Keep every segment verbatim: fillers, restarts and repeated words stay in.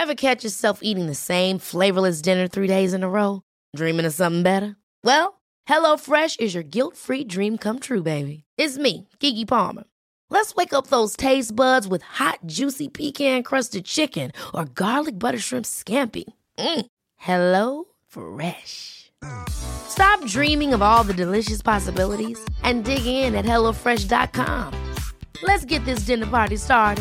Ever catch yourself eating the same flavorless dinner three days in a row? Dreaming of something better? Well, HelloFresh is your guilt-free dream come true, baby. It's me, Keke Palmer. Let's wake up those taste buds with hot, juicy pecan-crusted chicken or garlic butter shrimp scampi. Mm. Hello Fresh. Stop dreaming of all the delicious possibilities and dig in at hello fresh dot com. Let's get this dinner party started.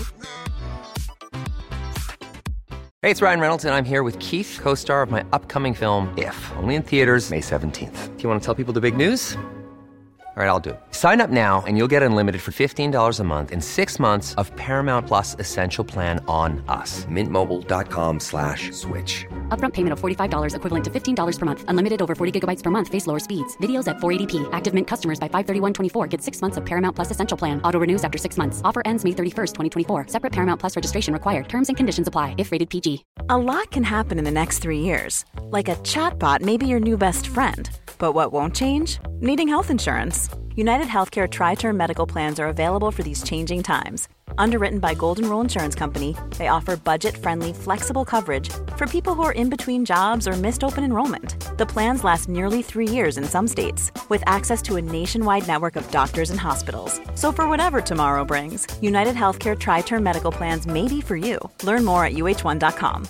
Hey, it's Ryan Reynolds, and I'm here with Keith, co-star of my upcoming film, If, only in theaters May seventeenth. Do you want to tell people the big news? All right, I'll do it. Sign up now and you'll get unlimited for fifteen dollars a month and six months of Paramount Plus Essential Plan on us. Mint Mobile dot com slash switch. Upfront payment of forty-five dollars equivalent to fifteen dollars per month. Unlimited over forty gigabytes per month. Face lower speeds. Videos at four eighty p. Active Mint customers by five thirty-one twenty-four get six months of Paramount Plus Essential Plan. Auto renews after six months. Offer ends May thirty-first, twenty twenty-four. Separate Paramount Plus registration required. Terms and conditions apply if rated P G. A lot can happen in the next three years. Like a chatbot may be your new best friend. But what won't change? Needing health insurance. United Healthcare Tri-Term Medical Plans are available for these changing times. Underwritten by Golden Rule Insurance Company, they offer budget-friendly, flexible coverage for people who are in between jobs or missed open enrollment. The plans last nearly three years in some states, with access to a nationwide network of doctors and hospitals. So for whatever tomorrow brings, United Healthcare Tri-Term Medical Plans may be for you. Learn more at u h one dot com.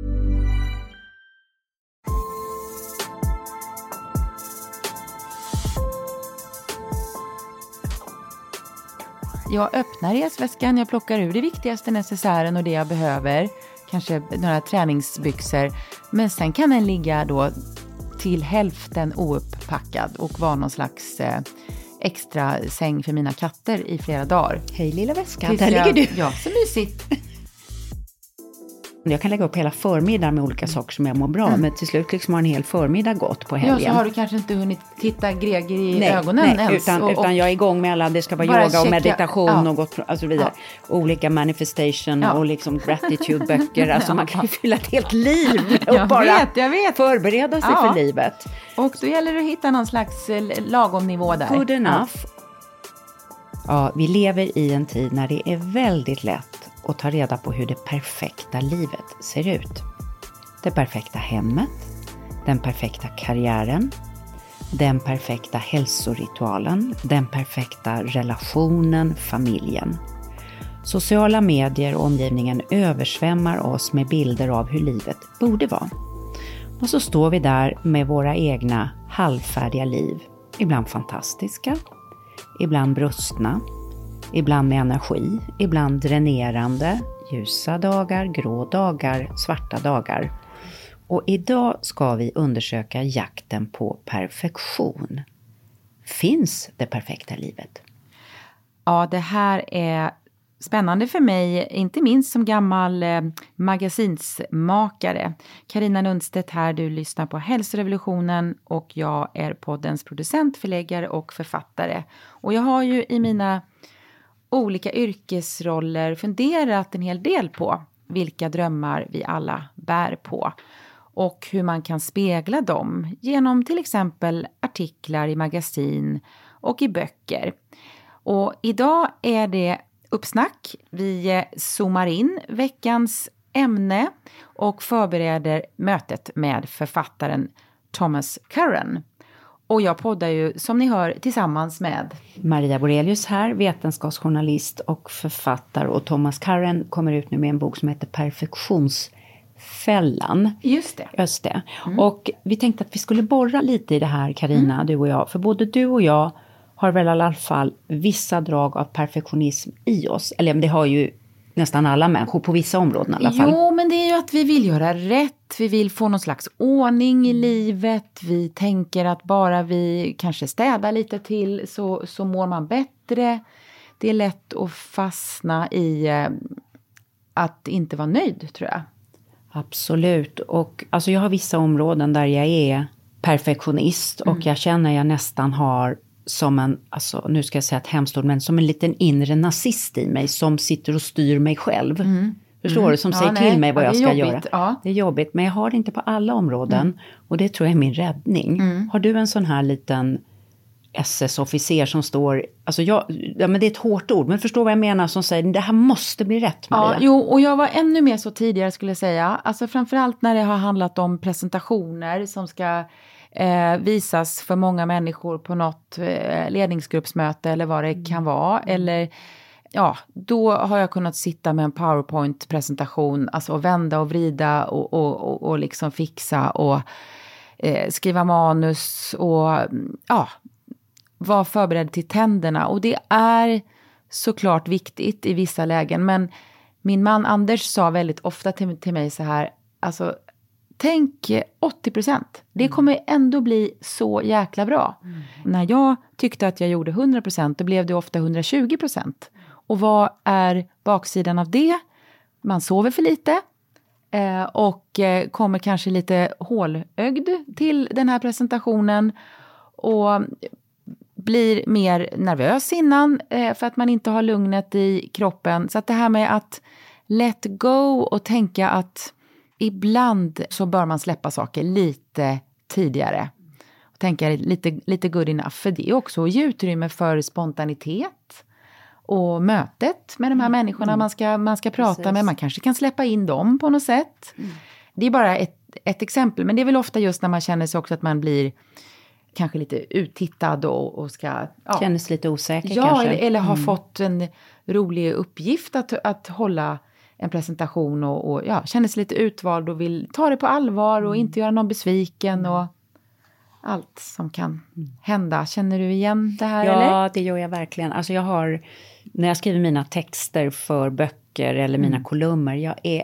Jag öppnar resväskan, jag plockar ur det viktigaste necessären och det jag behöver. Kanske några träningsbyxor. Men sen kan den ligga då till hälften ouppackad och vara någon slags eh, extra säng för mina katter i flera dagar. Hej lilla väskan, Tills där jag, ligger du. Ja, så mysigt. Jag kan lägga upp hela förmiddagen med olika saker som jag mår bra. Mm. Men till slut liksom har en hel förmiddag gått på helgen. Ja, så har du kanske inte hunnit titta Greger i nej, ögonen nej, ens. Utan, och, utan jag är igång med alla, det ska vara yoga checka, och meditation ja. och gått, alltså vidare. Ja. Olika manifestation ja. och liksom gratitude-böcker. Alltså ja. man kan ju fylla ett helt liv och jag bara vet, jag vet. förbereda sig ja. för livet. Och då gäller det att hitta någon slags lagom nivå där. Good enough. Ja. ja, vi lever i en tid när det är väldigt lätt och ta reda på hur det perfekta livet ser ut. Det perfekta hemmet, den perfekta karriären, den perfekta hälsoritualen, den perfekta relationen, familjen. Sociala medier och omgivningen översvämmar oss med bilder av hur livet borde vara. Och så står vi där med våra egna halvfärdiga liv. Ibland fantastiska, ibland brustna. Ibland med energi, ibland dränerande, ljusa dagar, grå dagar, svarta dagar. Och idag ska vi undersöka jakten på perfektion. Finns det perfekta livet? Ja, det här är spännande för mig, inte minst som gammal eh, magasinsmakare. Carina Lundstedt här, du lyssnar på Hälsorevolutionen och jag är poddens producent, förläggare och författare. Och jag har ju i mina olika yrkesroller funderat en hel del på vilka drömmar vi alla bär på och hur man kan spegla dem genom till exempel artiklar i magasin och i böcker. Och idag är det uppsnack. Vi zoomar in veckans ämne och förbereder mötet med författaren Thomas Curran. Och jag poddar ju, som ni hör, tillsammans med Maria Borelius här, vetenskapsjournalist och författare. Och Thomas Curran kommer ut nu med en bok som heter Perfektionsfällan. Just det. Just det. Mm. Och vi tänkte att vi skulle borra lite i det här, Carina, mm. du och jag. För både du och jag har väl i alla fall vissa drag av perfektionism i oss. Eller det har ju nästan alla människor på vissa områden i alla fall. Jo, men det är ju att vi vill göra rätt. Vi vill få någon slags ordning i livet. Vi tänker att bara vi kanske städar lite till så, så mår man bättre. Det är lätt att fastna i eh, att inte vara nöjd, tror jag. Absolut. Och alltså jag har vissa områden där jag är perfektionist. Mm. Och jag känner jag nästan har som en, alltså nu ska jag säga ett hemskt ord, men som en liten inre nazist i mig som sitter och styr mig själv. Mm. Förstår mm. du? Som ja, säger nej. till mig vad ja, jag ska jobbigt. göra. Ja. Det är jobbigt, men jag har det inte på alla områden. Mm. Och det tror jag är min räddning. Mm. Har du en sån här liten S S-officer som står, alltså jag, ja men det är ett hårt ord, men förstår vad jag menar, som säger det här måste bli rätt, Maria. Ja, jo, och jag var ännu mer så tidigare skulle jag säga, alltså framförallt när det har handlat om presentationer som ska eh, visas för många människor på något eh, ledningsgruppsmöte eller vad det mm. kan vara, eller ja, då har jag kunnat sitta med en PowerPoint-presentation, alltså och vända och vrida och, och, och, och liksom fixa och eh, skriva manus och ja, vara förberedd till tänderna. Och det är såklart viktigt i vissa lägen, men min man Anders sa väldigt ofta till, till mig så här, alltså tänk åttio procent. Det kommer ändå bli så jäkla bra. Mm. När jag tyckte att jag gjorde hundra procent, då blev det ofta hundratjugo procent. Och vad är baksidan av det? Man sover för lite eh, och eh, kommer kanske lite hålögd till den här presentationen och blir mer nervös innan eh, för att man inte har lugnet i kroppen. Så att det här med att let go och tänka att ibland så bör man släppa saker lite tidigare. Och tänka lite, lite good enough, för det är också att ge utrymme för spontanitet. Och mötet med de här människorna mm. man ska, man ska prata Precis. med. Man kanske kan släppa in dem på något sätt. Mm. Det är bara ett, ett exempel. Men det är väl ofta just när man känner sig också att man blir kanske lite uttittad och, och ska... Ja. Känner sig lite osäker ja, kanske. Eller, eller har mm. fått en rolig uppgift att, att hålla en presentation. Och, och ja, känner sig lite utvald och vill ta det på allvar och mm. inte göra någon besviken mm. och... allt som kan hända. Känner du igen det här? Ja, eller? Ja, det gör jag verkligen. Alltså jag har, när jag skriver mina texter för böcker eller mina mm. kolumner, jag är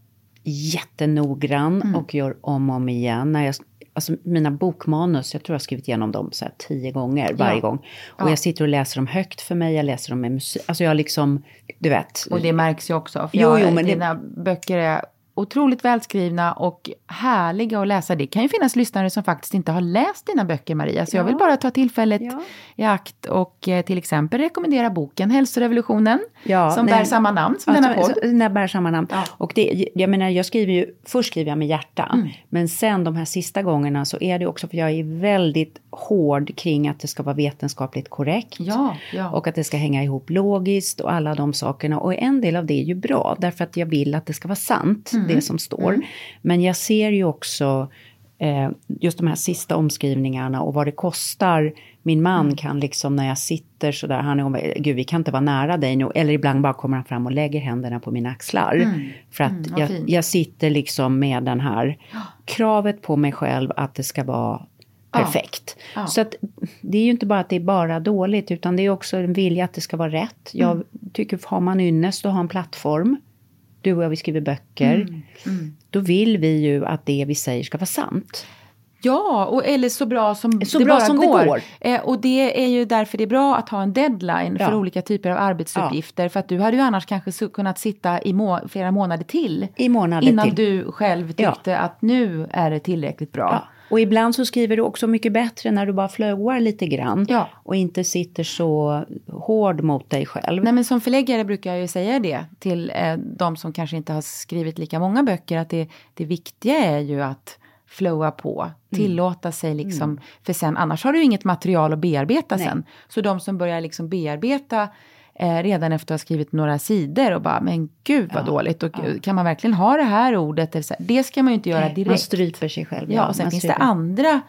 jättenoggrann mm. och gör om och om igen. När jag, alltså mina bokmanus, jag tror jag har skrivit igenom dem så här tio gånger varje ja. gång. Och ja. jag sitter och läser dem högt för mig, jag läser dem med musik. Alltså jag liksom, du vet. Och det märks ju också. För jo, jag, jo, men dina det... böcker är otroligt välskrivna och härliga att läsa. Det kan ju finnas lyssnare som faktiskt inte har läst dina böcker, Maria. Så ja. jag vill bara ta tillfället ja. i akt och eh, till exempel rekommendera boken Hälsorevolutionen. Ja, som nej, bär samma namn som alltså, denna podd. Den bär samma namn. Ja. Och det, jag menar, jag skriver ju, först skriver jag med hjärta. Mm. Men sen de här sista gångerna så är det också för jag är väldigt hård kring att det ska vara vetenskapligt korrekt. Ja, ja. Och att det ska hänga ihop logiskt och alla de sakerna. Och en del av det är ju bra därför att jag vill att det ska vara sant. Mm. Det som står. Mm. Men jag ser ju också eh, just de här sista omskrivningarna och vad det kostar. Min man mm. kan liksom när jag sitter så där, han är, gud vi kan inte vara nära dig nu. Eller ibland bara kommer han fram och lägger händerna på mina axlar. Mm. För att mm, jag, jag sitter liksom med den här kravet på mig själv att det ska vara perfekt. Ja. Ja. Så att det är ju inte bara att det är bara dåligt utan det är också en vilja att det ska vara rätt. Jag mm. tycker har man ynnest och har en plattform. Du och jag, vi skriver böcker. Mm, mm. Då vill vi ju att det vi säger ska vara sant. Ja, och, eller så bra som, så det, bra bara som går. det går. Eh, och det är ju därför det är bra att ha en deadline ja. för olika typer av arbetsuppgifter. Ja. För att du hade ju annars kanske kunnat sitta i må- flera månader till. I månader innan till. du själv tyckte ja. att nu är det tillräckligt bra. Ja. Och ibland så skriver du också mycket bättre när du bara flögar lite grann. Ja. Och inte sitter så hård mot dig själv. Nej, men som förläggare brukar jag ju säga det till eh, de som kanske inte har skrivit lika många böcker. Att det, det viktiga är ju att flowa på. Tillåta mm. sig liksom. Mm. För sen, annars har du inget material att bearbeta Nej. sen. Så de som börjar liksom bearbeta eh, redan efter att ha skrivit några sidor och bara, men gud vad ja. dåligt. Och ja. kan man verkligen ha det här ordet? Eller så, det ska man ju inte göra direkt. Man stryper sig själv. Ja, ja och sen finns stryper. det andra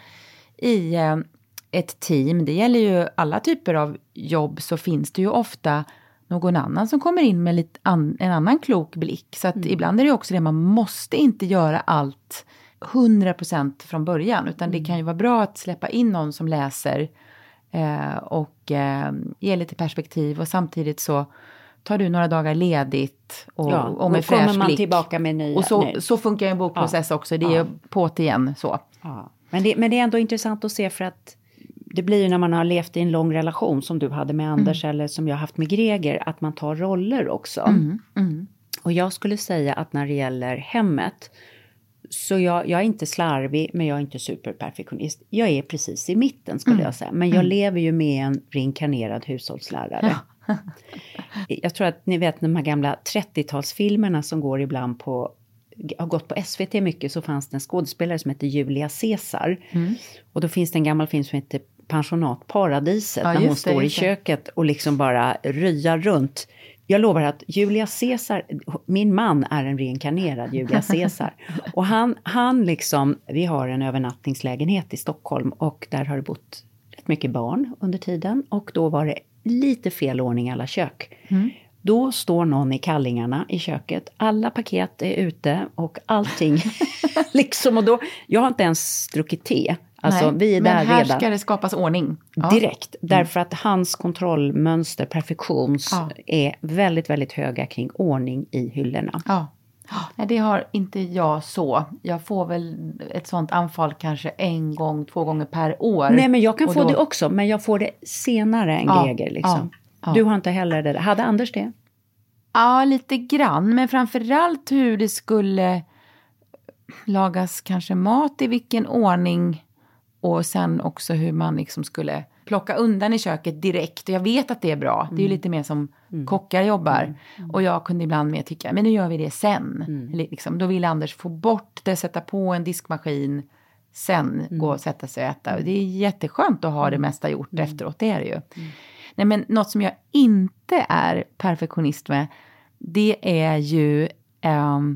i eh, ett team. Det gäller ju alla typer av jobb, så finns det ju ofta någon annan som kommer in med lite an, en annan klok blick. Så att mm. ibland är det också det, man måste inte göra allt hundra procent från början. Utan mm. det kan ju vara bra att släppa in någon som läser eh, och eh, ger lite perspektiv. Och samtidigt så tar du några dagar ledigt och, ja, och med fräsch blick. Och kommer man tillbaka med nya. Och så, så funkar en bokprocess ja. också. Det är ja. på till igen så. Ja. Men, det, men det är ändå intressant att se, för att det blir ju när man har levt i en lång relation som du hade med Anders mm. eller som jag har haft med Greger, att man tar roller också. Mm. Mm. Och jag skulle säga att när det gäller hemmet, så jag, jag är inte slarvig, men jag är inte superperfektionist. Jag är precis i mitten skulle mm. jag säga. Men jag mm. lever ju med en reinkarnerad hushållslärare. Ja. Jag tror att ni vet de här gamla trettiotalsfilmerna som går ibland på, har gått på S V T mycket, så fanns det en skådespelare som heter Julia Caesar. Mm. Och då finns det en gammal film som heter pensionatparadiset Ja, när hon just det, står i just det. köket och liksom bara ryar runt. Jag lovar att Julius Caesar, min man är en reinkarnerad Julius Caesar. Och han, han liksom, vi har en övernattningslägenhet i Stockholm och där har det bott rätt mycket barn under tiden. Och då var det lite fel ordning i alla kök. Mm. Då står någon i kallingarna i köket. Alla paket är ute och allting liksom. Och då, jag har inte ens druckit te. Alltså, Nej, vi är men där här redan. ska det skapas ordning. Ja. Direkt, därför att hans kontrollmönster, perfektions, Ja. är väldigt, väldigt höga kring ordning i hyllorna. Ja. Nej, det har inte jag så. Jag får väl ett sånt anfall kanske en gång, två gånger per år. Nej, men jag kan Och få då... det också, men jag får det senare än Ja, Greger. Liksom. ja, ja. Du har inte heller det. Hade Anders det? Ja, lite grann. Men framförallt hur det skulle lagas kanske mat, i vilken ordning. Och sen också hur man liksom skulle plocka undan i köket direkt. Och jag vet att det är bra. Mm. Det är ju lite mer som mm. kockar jobbar. Mm. Mm. Och jag kunde ibland mer tycka, men nu gör vi det sen. Mm. Liksom, då vill Anders få bort det, sätta på en diskmaskin. Sen mm. gå och sätta sig och äta. Och det är jätteskönt att ha det mesta gjort mm. efteråt, det är det ju. Mm. Nej, men något som jag inte är perfektionist med, det är ju um,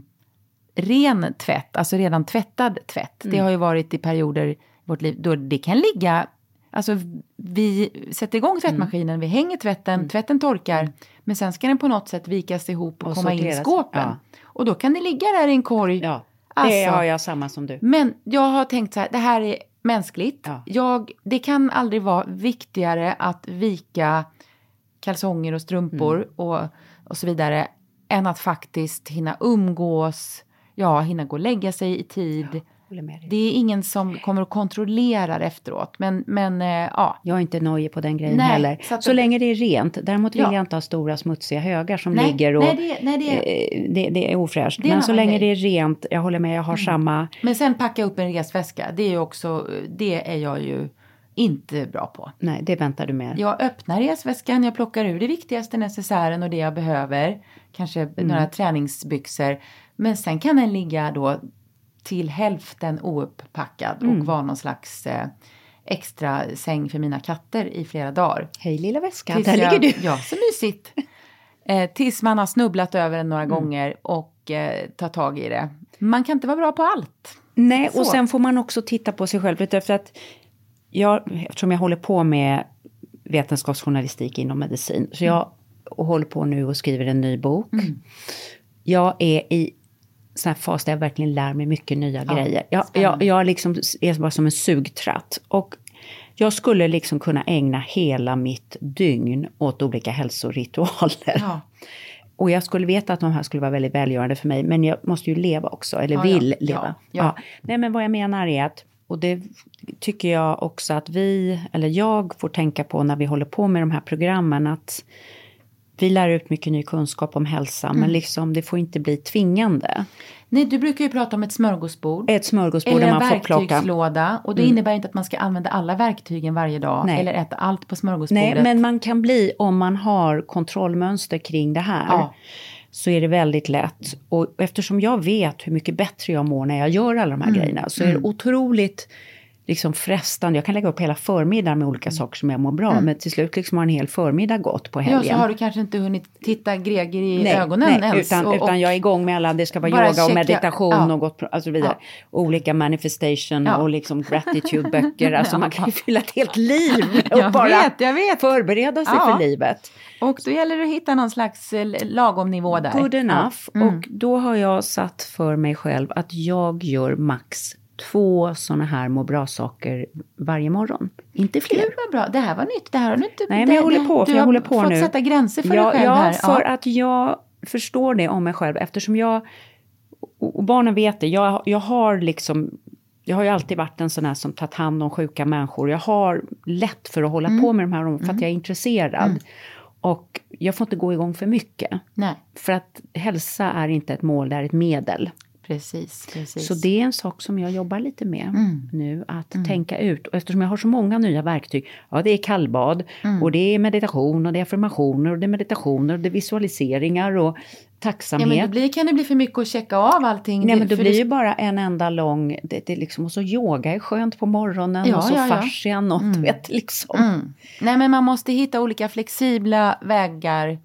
ren tvätt. Alltså redan tvättad tvätt. Mm. Det har ju varit i perioder i vårt liv då det kan ligga... Alltså vi sätter igång tvättmaskinen, mm. vi hänger tvätten, mm. tvätten torkar. Mm. Men sen ska den på något sätt vikas ihop och, och komma sorteras. In i skåpen. Ja. Och då kan det ligga där i en korg. Ja, det alltså, har jag samma som du. Men jag har tänkt så här, det här är mänskligt. Ja. Jag, det kan aldrig vara viktigare att vika kalsonger och strumpor mm. och, och så vidare. Än att faktiskt hinna umgås, ja, hinna gå och lägga sig i tid. Ja. Det är ingen som kommer att kontrollera efteråt. Men, men äh, ja. Jag är inte nöjd på den grejen nej, heller. Så, så det... länge det är rent. Däremot vill ja. jag inte ha stora smutsiga högar som nej, ligger och... Nej, det, nej, det, är... det, det är ofräscht. Det är men så länge grej. det är rent, jag håller med, jag har mm. samma... Men sen packa upp en resväska. Det är ju också, det är jag ju inte bra på. Nej, det väntar du med. Jag öppnar resväskan, jag plockar ur det viktigaste necessären och det jag behöver. Kanske mm. några träningsbyxor. Men sen kan den ligga då... till hälften ouppackad mm. och var någon slags eh, extra säng för mina katter i flera dagar. Hej lilla väska, tills där jag, ligger du. Ja, så mysigt. eh, tills man har snubblat över den några mm. gånger och eh, tar tag i det. Man kan inte vara bra på allt. Nej, så. Och sen får man också titta på sig själv. För att jag, eftersom jag håller på med vetenskapsjournalistik inom medicin. Så jag och håller på nu och skriver en ny bok. Mm. Jag är i sån här fas där jag verkligen lär mig mycket nya ja, grejer. Jag, jag, jag liksom är bara som en sugtratt. Och jag skulle liksom kunna ägna hela mitt dygn åt olika hälsoritualer. Ja. Och jag skulle veta att de här skulle vara väldigt välgörande för mig. Men jag måste ju leva också, eller ja, vill ja, leva. Ja, ja. Ja. Nej, men vad jag menar är att, och det tycker jag också att vi, eller jag får tänka på när vi håller på med de här programmen, att vi lär ut mycket ny kunskap om hälsa, mm. men liksom det får inte bli tvingande. Nej, du brukar ju prata om ett smörgåsbord. Ett smörgåsbord där man får plocka. Eller en verktygslåda. Och det mm. innebär inte att man ska använda alla verktygen varje dag. Nej. Eller äta allt på smörgåsbordet. Nej, men man kan bli, om man har kontrollmönster kring det här. Ja. Så är det väldigt lätt. Och eftersom jag vet hur mycket bättre jag mår när jag gör alla de här mm. grejerna. Så mm. är det otroligt... liksom frestande. Jag kan lägga upp hela förmiddagen med olika mm. saker som jag mår bra. Mm. Men till slut liksom har en hel förmiddag gått på helgen. Ja, så har du kanske inte hunnit titta Greger i nej, ögonen nej, ens. Utan, och, utan jag är igång med alla, det ska vara yoga checka, och meditation ja. och gott, alltså vidare. Ja. Olika manifestation ja. och liksom gratitude-böcker. Alltså ja. man kan ju fylla ett helt liv och jag bara vet, jag vet. förbereda sig ja. för livet. Och då gäller det att hitta någon slags lagom nivå där. Good enough. Ja. Mm. Och då har jag satt för mig själv att jag gör max två såna här må bra saker varje morgon. Inte fler. Gud vad bra. Det här var nytt. Det här har du inte... Nej, men jag håller på. För du jag har håller på fått nu. sätta gränser för ja, dig själv ja, här. för ja, för att jag förstår det om mig själv. Eftersom jag... Och barnen vet det. Jag, jag har liksom... Jag har ju alltid varit en sån här som tagit hand om sjuka människor. Jag har lätt för att hålla mm. på med de här för mm. att jag är intresserad. Mm. Och jag får inte gå igång för mycket. Nej. För att hälsa är inte ett mål, det är ett medel. Precis, precis. Så det är en sak som jag jobbar lite med Mm. nu. Att Mm. tänka ut. Och eftersom jag har så många nya verktyg. Ja, det är kallbad. Mm. Och det är meditation. Och det är affirmationer. Och det är meditationer. Och det är visualiseringar. Och tacksamhet. Ja, men det blir, kan det bli för mycket att checka av allting? Nej, men det för blir det... ju bara en enda lång. Det, det är liksom, och så yoga är skönt på morgonen. Ja, och så ja, ja. fascia något. Mm. Vet, liksom. Mm. Nej, men man måste hitta olika flexibla vägar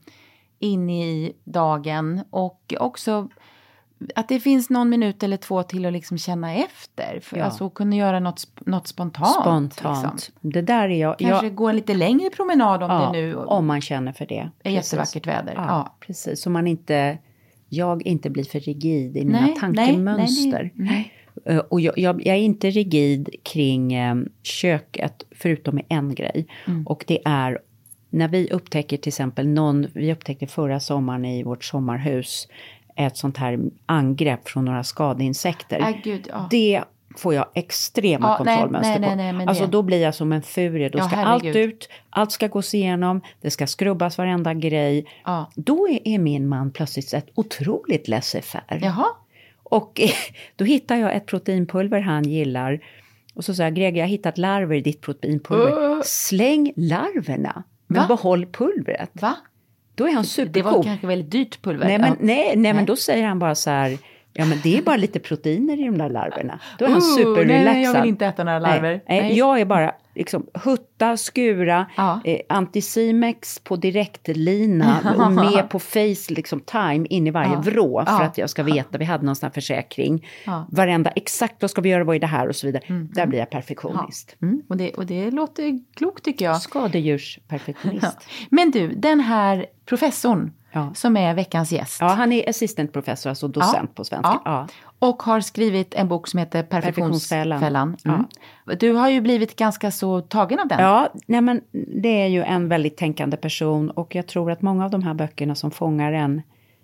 in i dagen. Och också att det finns någon minut eller två till att liksom känna efter. För Ja. alltså att kunna göra något, något spontant. Spontant. Liksom. Det där är jag. Kanske jag, gå en lite längre promenad om ja, det nu om man känner för det. är Precis. jättevackert väder. Ja, Ja. precis. Så man inte, jag inte blir för rigid i mina Nej, tankemönster. nej, nej, Uh, och jag, jag, jag är inte rigid kring um, köket, förutom med en grej. Mm. Och det är, när vi upptäcker till exempel någon, vi upptäckte förra sommaren i vårt sommarhus, ett sånt här angrepp från några skadeinsekter. Äh, gud, ja. Det får jag extrema Ja, kontrollmönster nej, nej, på. nej, men Alltså det- då blir jag som en furie. Då Ja, ska herregud. allt ut, allt ska gås igenom, det ska skrubbas varenda grej. Ja. Då är, är min man plötsligt ett otroligt laissez-faire. Jaha. Och då hittar jag ett proteinpulver han gillar. Och så säger jag, Greg, jag har hittat larver i ditt proteinpulver. Uh. Släng larverna, men Va? behåll pulvret. Va? Då är han Det supercool. var kanske väldigt dyrt pulver. Nej, men, Ja. nej, nej, men Nej. då säger han bara så här, ja men det är bara lite proteiner i de där larverna. Då är han Uh, superrelaxad. nej, jag vill inte äta några larver. Nej, nej, Nej. jag är bara liksom hutta, skura, Ja. eh, Anticimex på direktlina och med på face liksom time in i varje Ja. vrå för Ja. att jag ska veta, vi hade någon sån här försäkring. Ja. Varenda, exakt vad ska vi göra, vad är det här och så vidare. Där blir jag perfektionist. Mm. Och, det, och det låter klokt tycker jag. Skadedjursperfektionist. Ja. Men du, den här professorn Ja. som är veckans gäst. Ja, han är assistant professor, alltså docent på svenska. Ja. Ja. Och har skrivit en bok som heter Perfektionsfällan. Perfektionsfällan. Mm. Du har ju blivit ganska så tagen av den. Ja, nej men det är ju en väldigt tänkande person och jag tror att många av de här böckerna som fångar en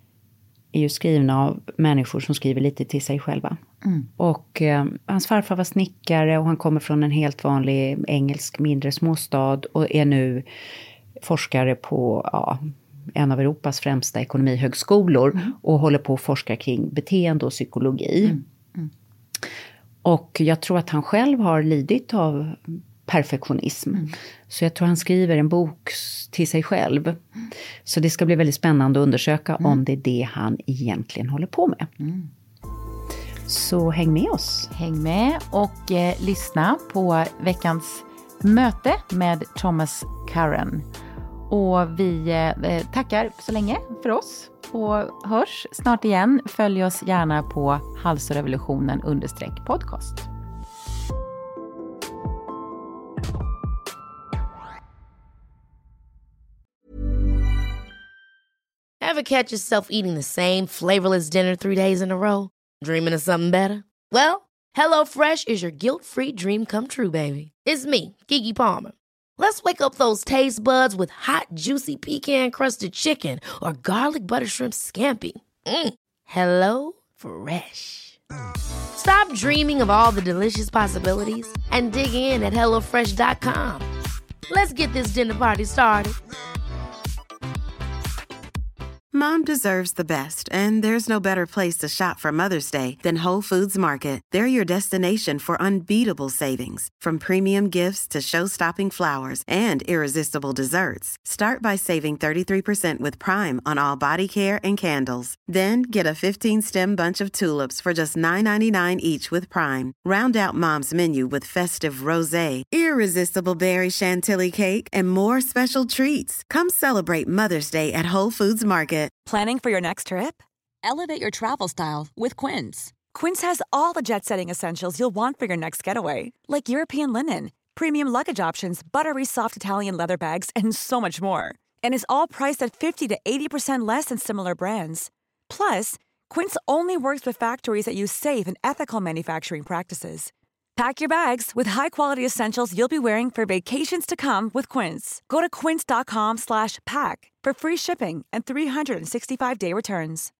är ju skrivna av människor som skriver lite till sig själva. Mm. Och eh, hans farfar var snickare och han kommer från en helt vanlig engelsk mindre småstad och är nu forskare på ja, en av Europas främsta ekonomihögskolor mm. och håller på att forska kring beteende och psykologi. Mm. Mm. Och jag tror att han själv har lidit av perfektionism. Mm. Så jag tror han skriver en bok till sig själv. Mm. Så det ska bli väldigt spännande att undersöka mm. om det är det han egentligen håller på med. Mm. Så häng med oss. Häng med och eh, lyssna på veckans möte med Thomas Curran. Och vi eh, tackar så länge för oss och hörs snart igen. Följ oss gärna på halsrevolutionen understreck podcast. Ever catch yourself eating the same flavorless dinner three days in a row? Dreaming of something better? Well, HelloFresh is your guilt-free dream come true, baby. It's me, Keke Palmer. Let's wake up those taste buds with hot, juicy pecan-crusted chicken or garlic butter shrimp scampi. Mm. Hello Fresh. Stop dreaming of all the delicious possibilities and dig in at hello fresh dot com. Let's get this dinner party started. Mom deserves the best, and there's no better place to shop for Mother's Day than Whole Foods Market. They're your destination for unbeatable savings, from premium gifts to show-stopping flowers and irresistible desserts. Start by saving thirty-three percent with Prime on all body care and candles. Then get a fifteen-stem bunch of tulips for just nine ninety-nine each with Prime. Round out Mom's menu with festive rosé, irresistible berry chantilly cake, and more special treats. Come celebrate Mother's Day at Whole Foods Market. Planning for your next trip? Elevate your travel style with Quince. Quince has all the jet-setting essentials you'll want for your next getaway, like European linen, premium luggage options, buttery soft Italian leather bags, and so much more. And is all priced at fifty to eighty percent less than similar brands. Plus, Quince only works with factories that use safe and ethical manufacturing practices. Pack your bags with high-quality essentials you'll be wearing for vacations to come with Quince. Go to quince dot com slash pack for free shipping and three sixty-five day returns.